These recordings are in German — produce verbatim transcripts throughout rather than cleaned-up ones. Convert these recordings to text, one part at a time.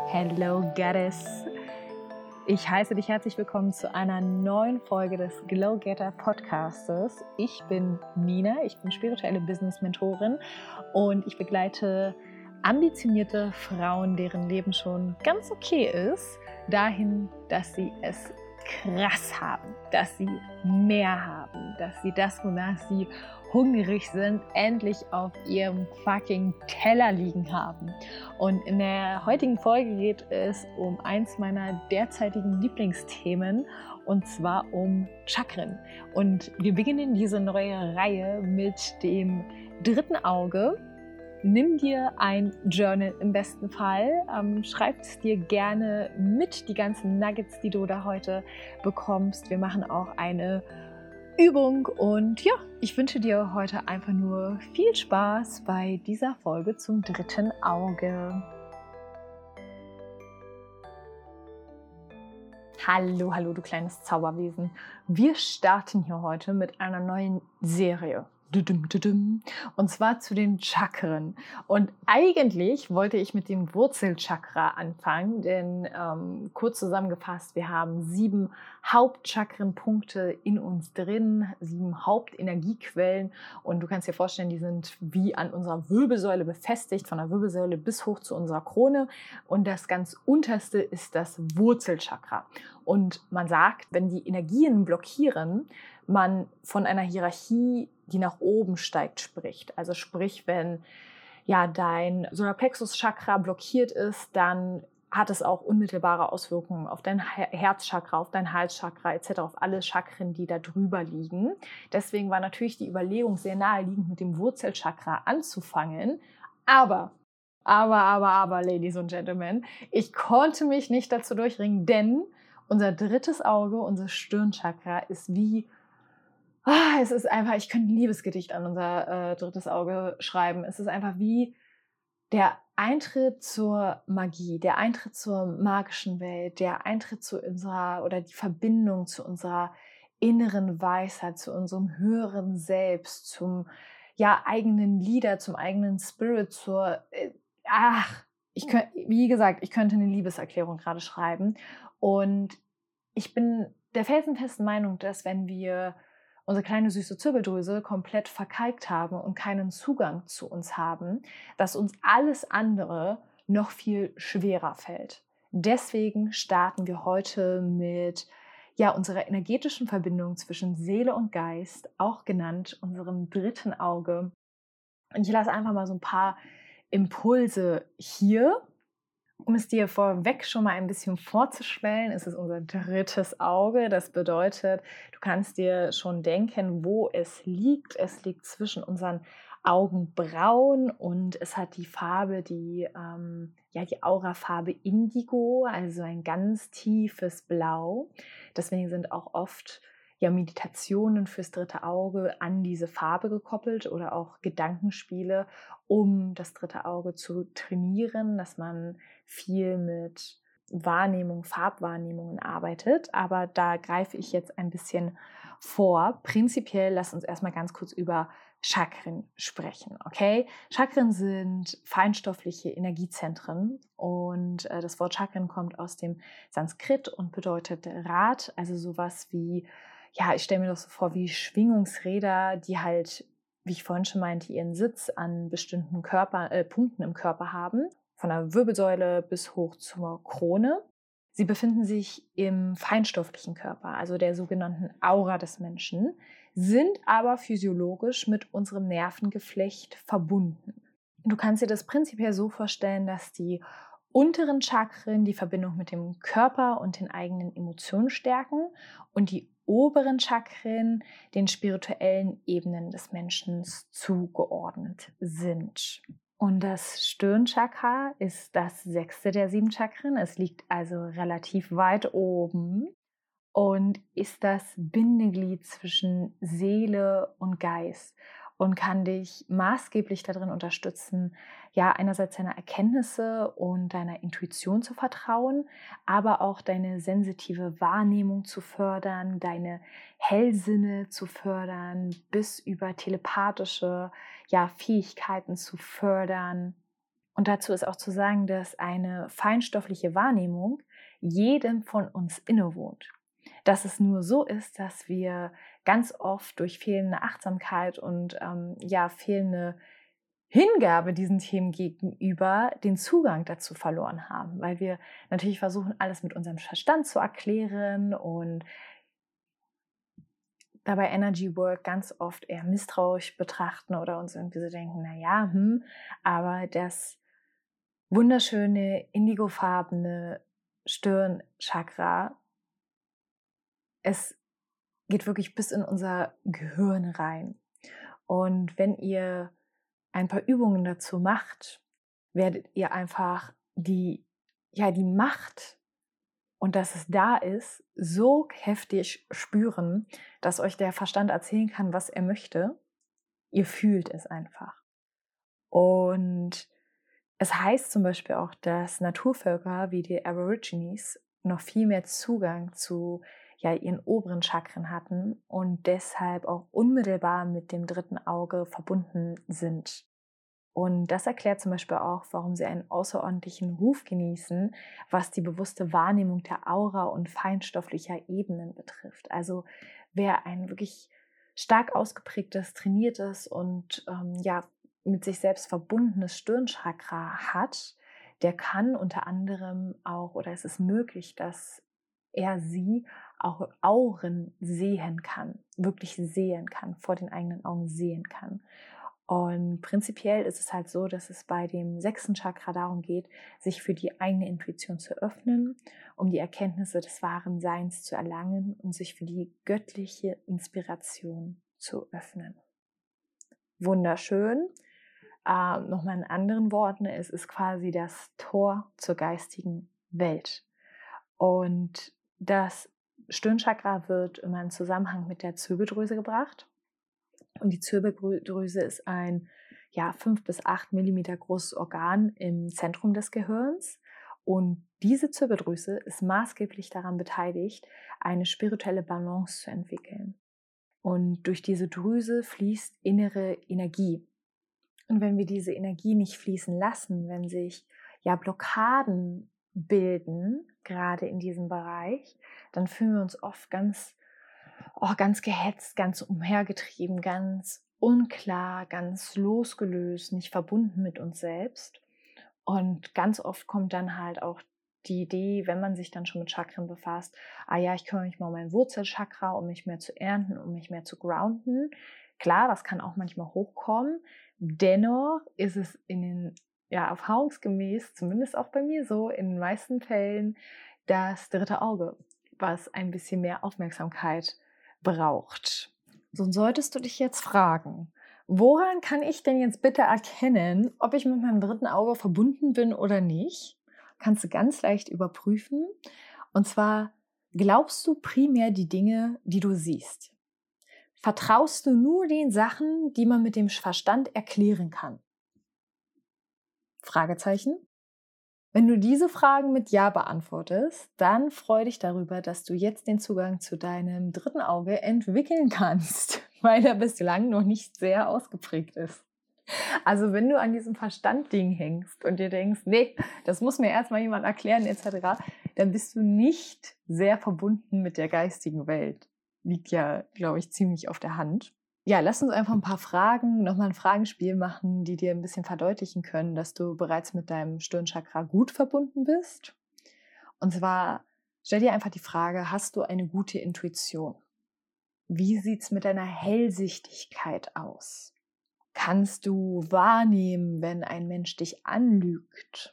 Hello Goddess! Ich heiße dich herzlich willkommen zu einer neuen Folge des Glow Getter Podcastes. Ich bin Nina, ich bin spirituelle Business-Mentorin und ich begleite ambitionierte Frauen, deren Leben schon ganz okay ist, dahin, dass sie es krass haben, dass sie mehr haben, dass sie das, wonach sie hungrig sind, endlich auf ihrem fucking Teller liegen haben. Und in der heutigen Folge geht es um eins meiner derzeitigen Lieblingsthemen, und zwar um Chakren. Und wir beginnen diese neue Reihe mit dem dritten Auge. Nimm dir ein Journal im besten Fall, ähm, schreib es dir gerne mit, die ganzen Nuggets, die du da heute bekommst. Wir machen auch eine Übung und ja, ich wünsche dir heute einfach nur viel Spaß bei dieser Folge zum dritten Auge. Hallo, hallo, du kleines Zauberwesen. Wir starten hier heute mit einer neuen Serie. Und zwar zu den Chakren. Und eigentlich wollte ich mit dem Wurzelchakra anfangen, denn ähm, kurz zusammengefasst, wir haben sieben Hauptchakrenpunkte in uns drin, sieben Hauptenergiequellen. Und du kannst dir vorstellen, die sind wie an unserer Wirbelsäule befestigt, von der Wirbelsäule bis hoch zu unserer Krone. Und das ganz unterste ist das Wurzelchakra. Und man sagt, wenn die Energien blockieren, man von einer Hierarchie, die nach oben steigt, spricht. Also sprich, wenn ja dein Solarplexus-Chakra blockiert ist, dann hat es auch unmittelbare Auswirkungen auf dein Herzchakra, auf dein Halschakra et cetera, auf alle Chakren, die da drüber liegen. Deswegen war natürlich die Überlegung sehr naheliegend, mit dem Wurzelchakra anzufangen. Aber, aber, aber, aber, Ladies und Gentlemen, ich konnte mich nicht dazu durchringen, denn unser drittes Auge, unser Stirnchakra, ist wie Ah, es ist einfach, ich könnte ein Liebesgedicht an unser äh, drittes Auge schreiben. Es ist einfach wie der Eintritt zur Magie, der Eintritt zur magischen Welt, der Eintritt zu unserer oder die Verbindung zu unserer inneren Weisheit, zu unserem höheren Selbst, zum ja eigenen Leader, zum eigenen Spirit, zur äh, ach, ich könnte, wie gesagt, ich könnte eine Liebeserklärung gerade schreiben. Und ich bin der felsenfesten Meinung, dass wenn wir unsere kleine süße Zirbeldrüse komplett verkalkt haben und keinen Zugang zu uns haben, dass uns alles andere noch viel schwerer fällt. Deswegen starten wir heute mit ja, unserer energetischen Verbindung zwischen Seele und Geist, auch genannt unserem dritten Auge. Und ich lasse einfach mal so ein paar Impulse hier. Um es dir vorweg schon mal ein bisschen vorzustellen, ist es unser drittes Auge. Das bedeutet, du kannst dir schon denken, wo es liegt. Es liegt zwischen unseren Augenbrauen und es hat die Farbe, die, ähm, ja, die Aurafarbe Indigo, also ein ganz tiefes Blau. Deswegen sind auch oft ja, Meditationen fürs dritte Auge an diese Farbe gekoppelt oder auch Gedankenspiele, um das dritte Auge zu trainieren, dass man viel mit Wahrnehmung, Farbwahrnehmungen arbeitet. Aber da greife ich jetzt ein bisschen vor. Prinzipiell lass uns erstmal ganz kurz über Chakren sprechen, okay? Chakren sind feinstoffliche Energiezentren und äh, das Wort Chakren kommt aus dem Sanskrit und bedeutet Rad, also sowas wie ja, ich stelle mir das so vor wie Schwingungsräder, die halt, wie ich vorhin schon meinte, ihren Sitz an bestimmten Körper, äh, Punkten im Körper haben, von der Wirbelsäule bis hoch zur Krone. Sie befinden sich im feinstofflichen Körper, also der sogenannten Aura des Menschen, sind aber physiologisch mit unserem Nervengeflecht verbunden. Du kannst dir das prinzipiell so vorstellen, dass die unteren Chakren die Verbindung mit dem Körper und den eigenen Emotionen stärken und die oberen Chakren den spirituellen Ebenen des Menschen zugeordnet sind. Und das Stirnchakra ist das sechste der sieben Chakren. Es liegt also relativ weit oben und ist das Bindeglied zwischen Seele und Geist und kann dich maßgeblich darin unterstützen, ja, einerseits deiner Erkenntnisse und deiner Intuition zu vertrauen, aber auch deine sensitive Wahrnehmung zu fördern, deine Hellsinne zu fördern, bis über telepathische, ja, Fähigkeiten zu fördern. Und dazu ist auch zu sagen, dass eine feinstoffliche Wahrnehmung jedem von uns innewohnt. Dass es nur so ist, dass wir ganz oft durch fehlende Achtsamkeit und ähm, ja, fehlende Hingabe diesen Themen gegenüber den Zugang dazu verloren haben, weil wir natürlich versuchen, alles mit unserem Verstand zu erklären und dabei Energy Work ganz oft eher misstrauisch betrachten oder uns irgendwie so denken, naja, hm, aber das wunderschöne, indigofarbene Stirnchakra, es geht wirklich bis in unser Gehirn rein. Und wenn ihr ein paar Übungen dazu macht, werdet ihr einfach die, ja, die Macht und dass es da ist, so heftig spüren, dass euch der Verstand erzählen kann, was er möchte. Ihr fühlt es einfach. Und es heißt zum Beispiel auch, dass Naturvölker wie die Aborigines noch viel mehr Zugang zu ja, ihren oberen Chakren hatten und deshalb auch unmittelbar mit dem dritten Auge verbunden sind. Und das erklärt zum Beispiel auch, warum sie einen außerordentlichen Ruf genießen, was die bewusste Wahrnehmung der Aura und feinstofflicher Ebenen betrifft. Also wer ein wirklich stark ausgeprägtes, trainiertes und ähm, ja, mit sich selbst verbundenes Stirnchakra hat, der kann unter anderem auch, oder es ist möglich, dass er sie auch Auren sehen kann, wirklich sehen kann, vor den eigenen Augen sehen kann. Und prinzipiell ist es halt so, dass es bei dem sechsten Chakra darum geht, sich für die eigene Intuition zu öffnen, um die Erkenntnisse des wahren Seins zu erlangen und sich für die göttliche Inspiration zu öffnen. Wunderschön. Äh, Nochmal in anderen Worten, es ist quasi das Tor zur geistigen Welt. Und das Stirnchakra wird immer in Zusammenhang mit der Zirbeldrüse gebracht. Und die Zirbeldrüse ist ein ja, fünf bis acht Millimeter großes Organ im Zentrum des Gehirns. Und diese Zirbeldrüse ist maßgeblich daran beteiligt, eine spirituelle Balance zu entwickeln. Und durch diese Drüse fließt innere Energie. Und wenn wir diese Energie nicht fließen lassen, wenn sich ja Blockaden bilden, gerade in diesem Bereich, dann fühlen wir uns oft ganz Oh, ganz gehetzt, ganz umhergetrieben, ganz unklar, ganz losgelöst, nicht verbunden mit uns selbst. Und ganz oft kommt dann halt auch die Idee, wenn man sich dann schon mit Chakren befasst, ah ja, ich kümmere mich mal um mein Wurzelchakra, um mich mehr zu ernten, um mich mehr zu grounden. Klar, das kann auch manchmal hochkommen. Dennoch ist es in den, ja, erfahrungsgemäß, zumindest auch bei mir so, in den meisten Fällen das dritte Auge, was ein bisschen mehr Aufmerksamkeit braucht. So solltest du dich jetzt fragen, woran kann ich denn jetzt bitte erkennen, ob ich mit meinem dritten Auge verbunden bin oder nicht? Kannst du ganz leicht überprüfen. Und zwar, glaubst du primär die Dinge, die du siehst? Vertraust du nur den Sachen, die man mit dem Verstand erklären kann? Fragezeichen. Wenn du diese Fragen mit Ja beantwortest, dann freu dich darüber, dass du jetzt den Zugang zu deinem dritten Auge entwickeln kannst, weil er bislang noch nicht sehr ausgeprägt ist. Also wenn du an diesem Verstandding hängst und dir denkst, nee, das muss mir erstmal jemand erklären et cetera, dann bist du nicht sehr verbunden mit der geistigen Welt. Liegt ja, glaube ich, ziemlich auf der Hand. Ja, lass uns einfach ein paar Fragen, nochmal ein Fragenspiel machen, die dir ein bisschen verdeutlichen können, dass du bereits mit deinem Stirnchakra gut verbunden bist. Und zwar stell dir einfach die Frage, hast du eine gute Intuition? Wie sieht's mit deiner Hellsichtigkeit aus? Kannst du wahrnehmen, wenn ein Mensch dich anlügt?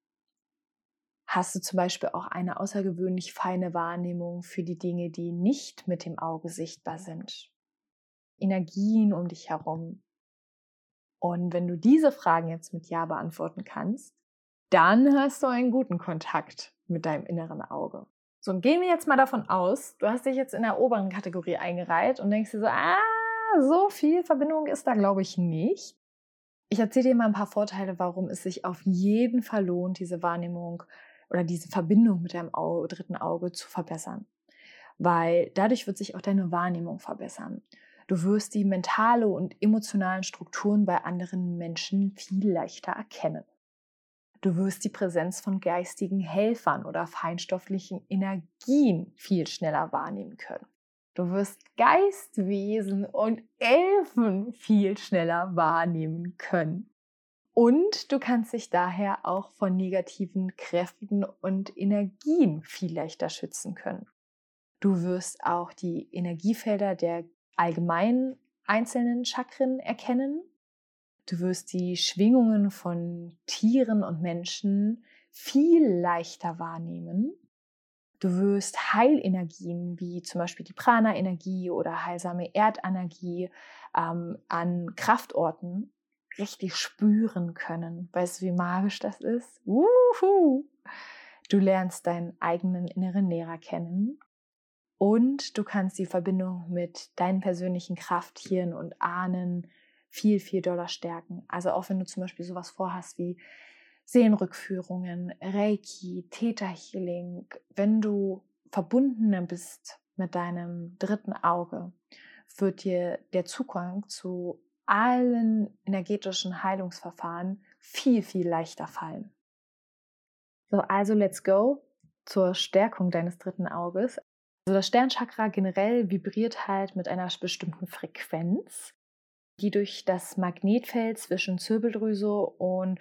Hast du zum Beispiel auch eine außergewöhnlich feine Wahrnehmung für die Dinge, die nicht mit dem Auge sichtbar sind? Energien um dich herum. Und wenn du diese Fragen jetzt mit Ja beantworten kannst, dann hast du einen guten Kontakt mit deinem inneren Auge. So, und gehen wir jetzt mal davon aus, du hast dich jetzt in der oberen Kategorie eingereiht und denkst dir so, ah, so viel Verbindung ist da, glaube ich, nicht. Ich erzähle dir mal ein paar Vorteile, warum es sich auf jeden Fall lohnt, diese Wahrnehmung oder diese Verbindung mit deinem Auge, dritten Auge zu verbessern. Weil dadurch wird sich auch deine Wahrnehmung verbessern. Du wirst die mentale und emotionalen Strukturen bei anderen Menschen viel leichter erkennen. Du wirst die Präsenz von geistigen Helfern oder feinstofflichen Energien viel schneller wahrnehmen können. Du wirst Geistwesen und Elfen viel schneller wahrnehmen können. Und du kannst dich daher auch von negativen Kräften und Energien viel leichter schützen können. Du wirst auch die Energiefelder der allgemeinen einzelnen Chakren erkennen. Du wirst die Schwingungen von Tieren und Menschen viel leichter wahrnehmen. Du wirst Heilenergien wie zum Beispiel die Prana-Energie oder heilsame Erdenergie ähm, an Kraftorten richtig spüren können. Weißt du, wie magisch das ist? Uhu. Du lernst deinen eigenen inneren Lehrer kennen und du kannst die Verbindung mit deinen persönlichen Krafttieren und Ahnen viel, viel doller stärken. Also auch wenn du zum Beispiel sowas vorhast wie Seelenrückführungen, Reiki, Theta Healing, wenn du verbundener bist mit deinem dritten Auge, wird dir der Zugang zu allen energetischen Heilungsverfahren viel, viel leichter fallen. So, also let's go zur Stärkung deines dritten Auges. Also das Sternchakra generell vibriert halt mit einer bestimmten Frequenz, die durch das Magnetfeld zwischen Zirbeldrüse und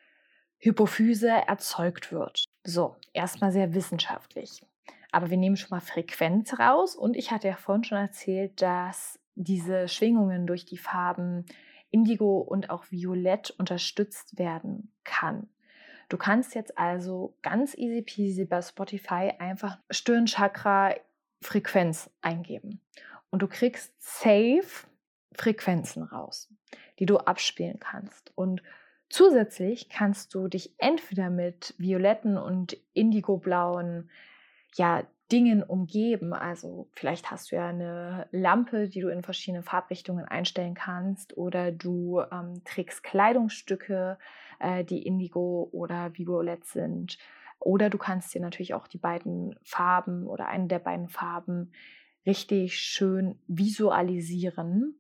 Hypophyse erzeugt wird. So, erstmal sehr wissenschaftlich. Aber wir nehmen schon mal Frequenz raus und ich hatte ja vorhin schon erzählt, dass diese Schwingungen durch die Farben Indigo und auch Violett unterstützt werden kann. Du kannst jetzt also ganz easy peasy bei Spotify einfach Stirnchakra Frequenz eingeben und du kriegst safe Frequenzen raus, die du abspielen kannst. Und zusätzlich kannst du dich entweder mit violetten und indigoblauen ja, Dingen umgeben. Also vielleicht hast du ja eine Lampe, die du in verschiedene Farbrichtungen einstellen kannst, oder du ähm, trägst Kleidungsstücke, äh, die indigo oder violett sind. Oder du kannst dir natürlich auch die beiden Farben oder eine der beiden Farben richtig schön visualisieren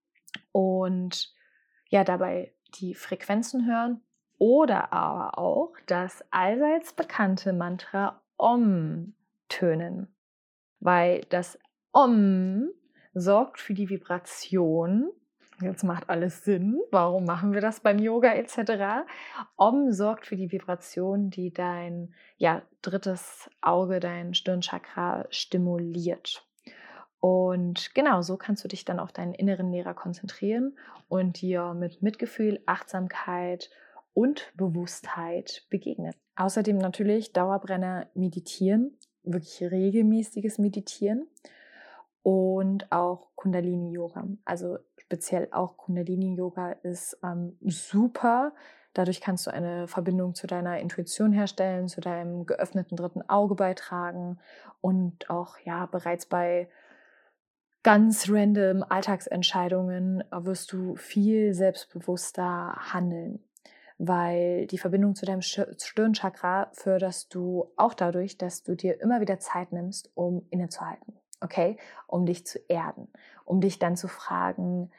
und ja, dabei die Frequenzen hören oder aber auch das allseits bekannte Mantra Om tönen, weil das Om sorgt für die Vibration. Jetzt macht alles Sinn. Warum machen wir das beim Yoga et cetera? Om sorgt für die Vibration, die dein ja, drittes Auge, dein Stirnchakra stimuliert. Und genau, so kannst du dich dann auf deinen inneren Lehrer konzentrieren und dir mit Mitgefühl, Achtsamkeit und Bewusstheit begegnen. Außerdem natürlich Dauerbrenner meditieren, wirklich regelmäßiges Meditieren und auch Kundalini-Yoga. Also speziell auch Kundalini-Yoga ist ähm, super. Dadurch kannst du eine Verbindung zu deiner Intuition herstellen, zu deinem geöffneten dritten Auge beitragen und auch ja bereits bei ganz random Alltagsentscheidungen wirst du viel selbstbewusster handeln, weil die Verbindung zu deinem Stirnchakra förderst du auch dadurch, dass du dir immer wieder Zeit nimmst, um innezuhalten, okay, um dich zu erden, um dich dann zu fragen,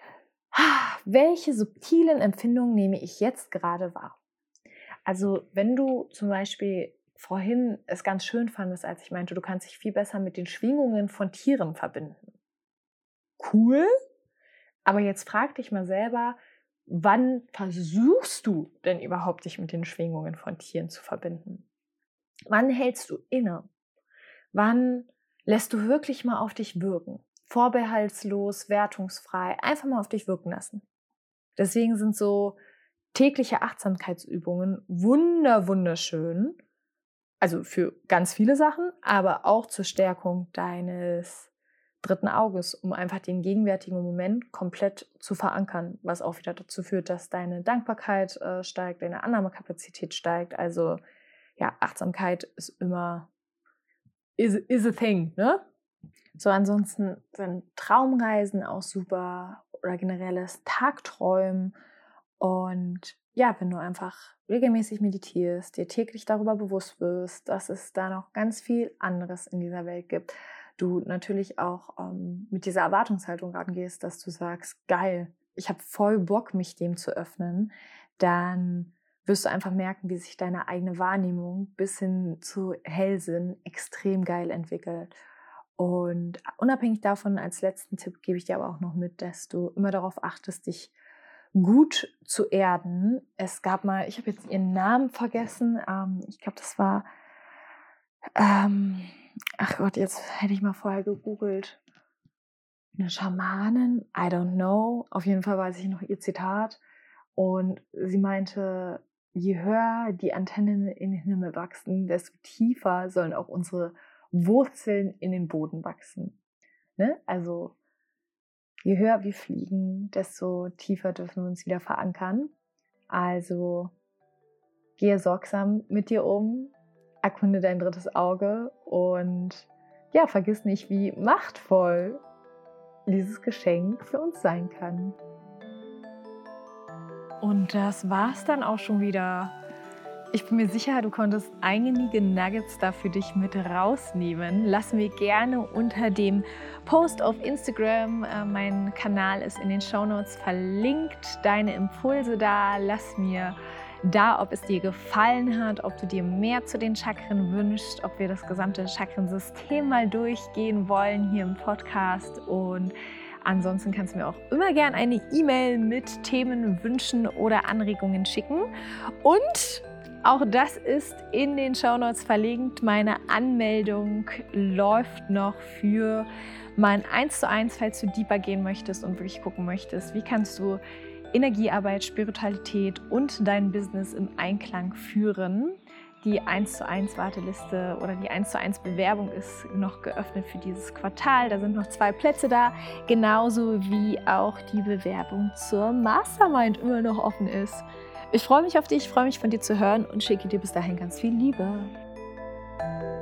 welche subtilen Empfindungen nehme ich jetzt gerade wahr? Also wenn du zum Beispiel vorhin es ganz schön fandest, als ich meinte, du kannst dich viel besser mit den Schwingungen von Tieren verbinden. Cool, aber jetzt frag dich mal selber, wann versuchst du denn überhaupt, dich mit den Schwingungen von Tieren zu verbinden? Wann hältst du inne? Wann lässt du wirklich mal auf dich wirken? Vorbehaltslos, wertungsfrei, einfach mal auf dich wirken lassen. Deswegen sind so tägliche Achtsamkeitsübungen wunder, wunderschön. Also für ganz viele Sachen, aber auch zur Stärkung deines dritten Auges, um einfach den gegenwärtigen Moment komplett zu verankern, was auch wieder dazu führt, dass deine Dankbarkeit äh, steigt, deine Annahmekapazität steigt. Also ja, Achtsamkeit ist immer is, is a thing, ne? So, ansonsten sind Traumreisen auch super oder generelles Tagträumen. Und ja, wenn du einfach regelmäßig meditierst, dir täglich darüber bewusst wirst, dass es da noch ganz viel anderes in dieser Welt gibt, du natürlich auch ähm, mit dieser Erwartungshaltung rangehst, dass du sagst, geil, ich habe voll Bock, mich dem zu öffnen, dann wirst du einfach merken, wie sich deine eigene Wahrnehmung bis hin zu Hellsinn extrem geil entwickelt. Und unabhängig davon, als letzten Tipp gebe ich dir aber auch noch mit, dass du immer darauf achtest, dich gut zu erden. Es gab mal, ich habe jetzt ihren Namen vergessen, ähm, ich glaube, das war, ähm, ach Gott, jetzt hätte ich mal vorher gegoogelt, eine Schamanin, I don't know, auf jeden Fall weiß ich noch ihr Zitat und sie meinte, je höher die Antennen in den Himmel wachsen, desto tiefer sollen auch unsere Wurzeln in den Boden wachsen. Ne? Also je höher wir fliegen, desto tiefer dürfen wir uns wieder verankern. Also gehe sorgsam mit dir um, erkunde dein drittes Auge und ja, vergiss nicht, wie machtvoll dieses Geschenk für uns sein kann. Und das war's dann auch schon wieder. Ich bin mir sicher, du konntest einige Nuggets da für dich mit rausnehmen. Lass mir gerne unter dem Post auf Instagram, äh, mein Kanal ist in den Shownotes verlinkt, deine Impulse da. Lass mir da, ob es dir gefallen hat, ob du dir mehr zu den Chakren wünschst, ob wir das gesamte Chakrensystem mal durchgehen wollen hier im Podcast. Und ansonsten kannst du mir auch immer gerne eine E-Mail mit Themen, Wünschen oder Anregungen schicken. Und auch das ist in den Shownotes verlinkt. Meine Anmeldung läuft noch für mein eins zu eins, falls du deeper gehen möchtest und wirklich gucken möchtest, wie kannst du Energiearbeit, Spiritualität und dein Business im Einklang führen. Die eins zu eins Warteliste oder die eins zu eins Bewerbung ist noch geöffnet für dieses Quartal. Da sind noch zwei Plätze da, genauso wie auch die Bewerbung zur Mastermind immer noch offen ist. Ich freue mich auf dich, freue mich von dir zu hören und schicke dir bis dahin ganz viel Liebe.